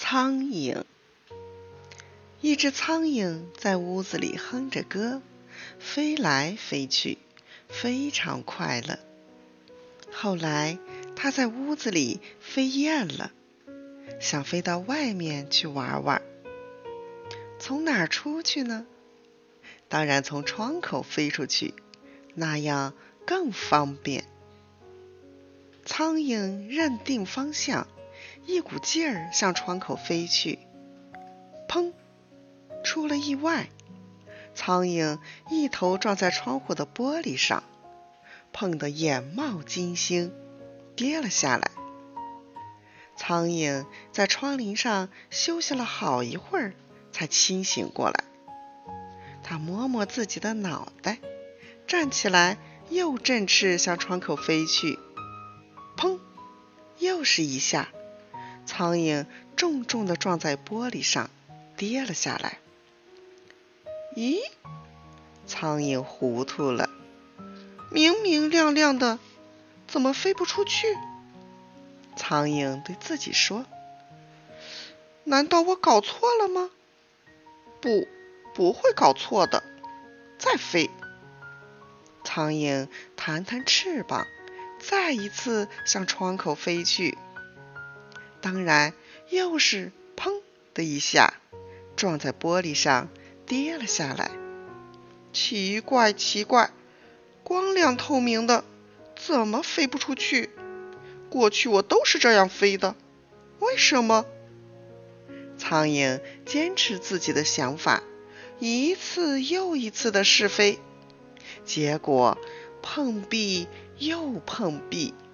苍蝇。一只苍蝇在屋子里哼着歌，飞来飞去，非常快乐。后来，它在屋子里飞厌了，想飞到外面去玩玩。从哪儿出去呢？当然从窗口飞出去，那样更方便。苍蝇认定方向，一股劲儿向窗口飞去。砰！出了意外，苍蝇一头撞在窗户的玻璃上，碰得眼冒金星，跌了下来。苍蝇在窗棂上休息了好一会儿，才清醒过来。它摸摸自己的脑袋，站起来，又振翅向窗口飞去。砰！又是一下，苍蝇重重地撞在玻璃上，跌了下来。咦，苍蝇糊涂了，明明亮亮的，怎么飞不出去？苍蝇对自己说：难道我搞错了吗？不会搞错的，再飞。苍蝇弹弹翅膀，再一次向窗口飞去。当然又是砰的一下，撞在玻璃上，跌了下来。奇怪，光亮透明的，怎么飞不出去？过去我都是这样飞的，为什么？苍蝇坚持自己的想法，一次又一次的试飞，结果碰壁又碰壁，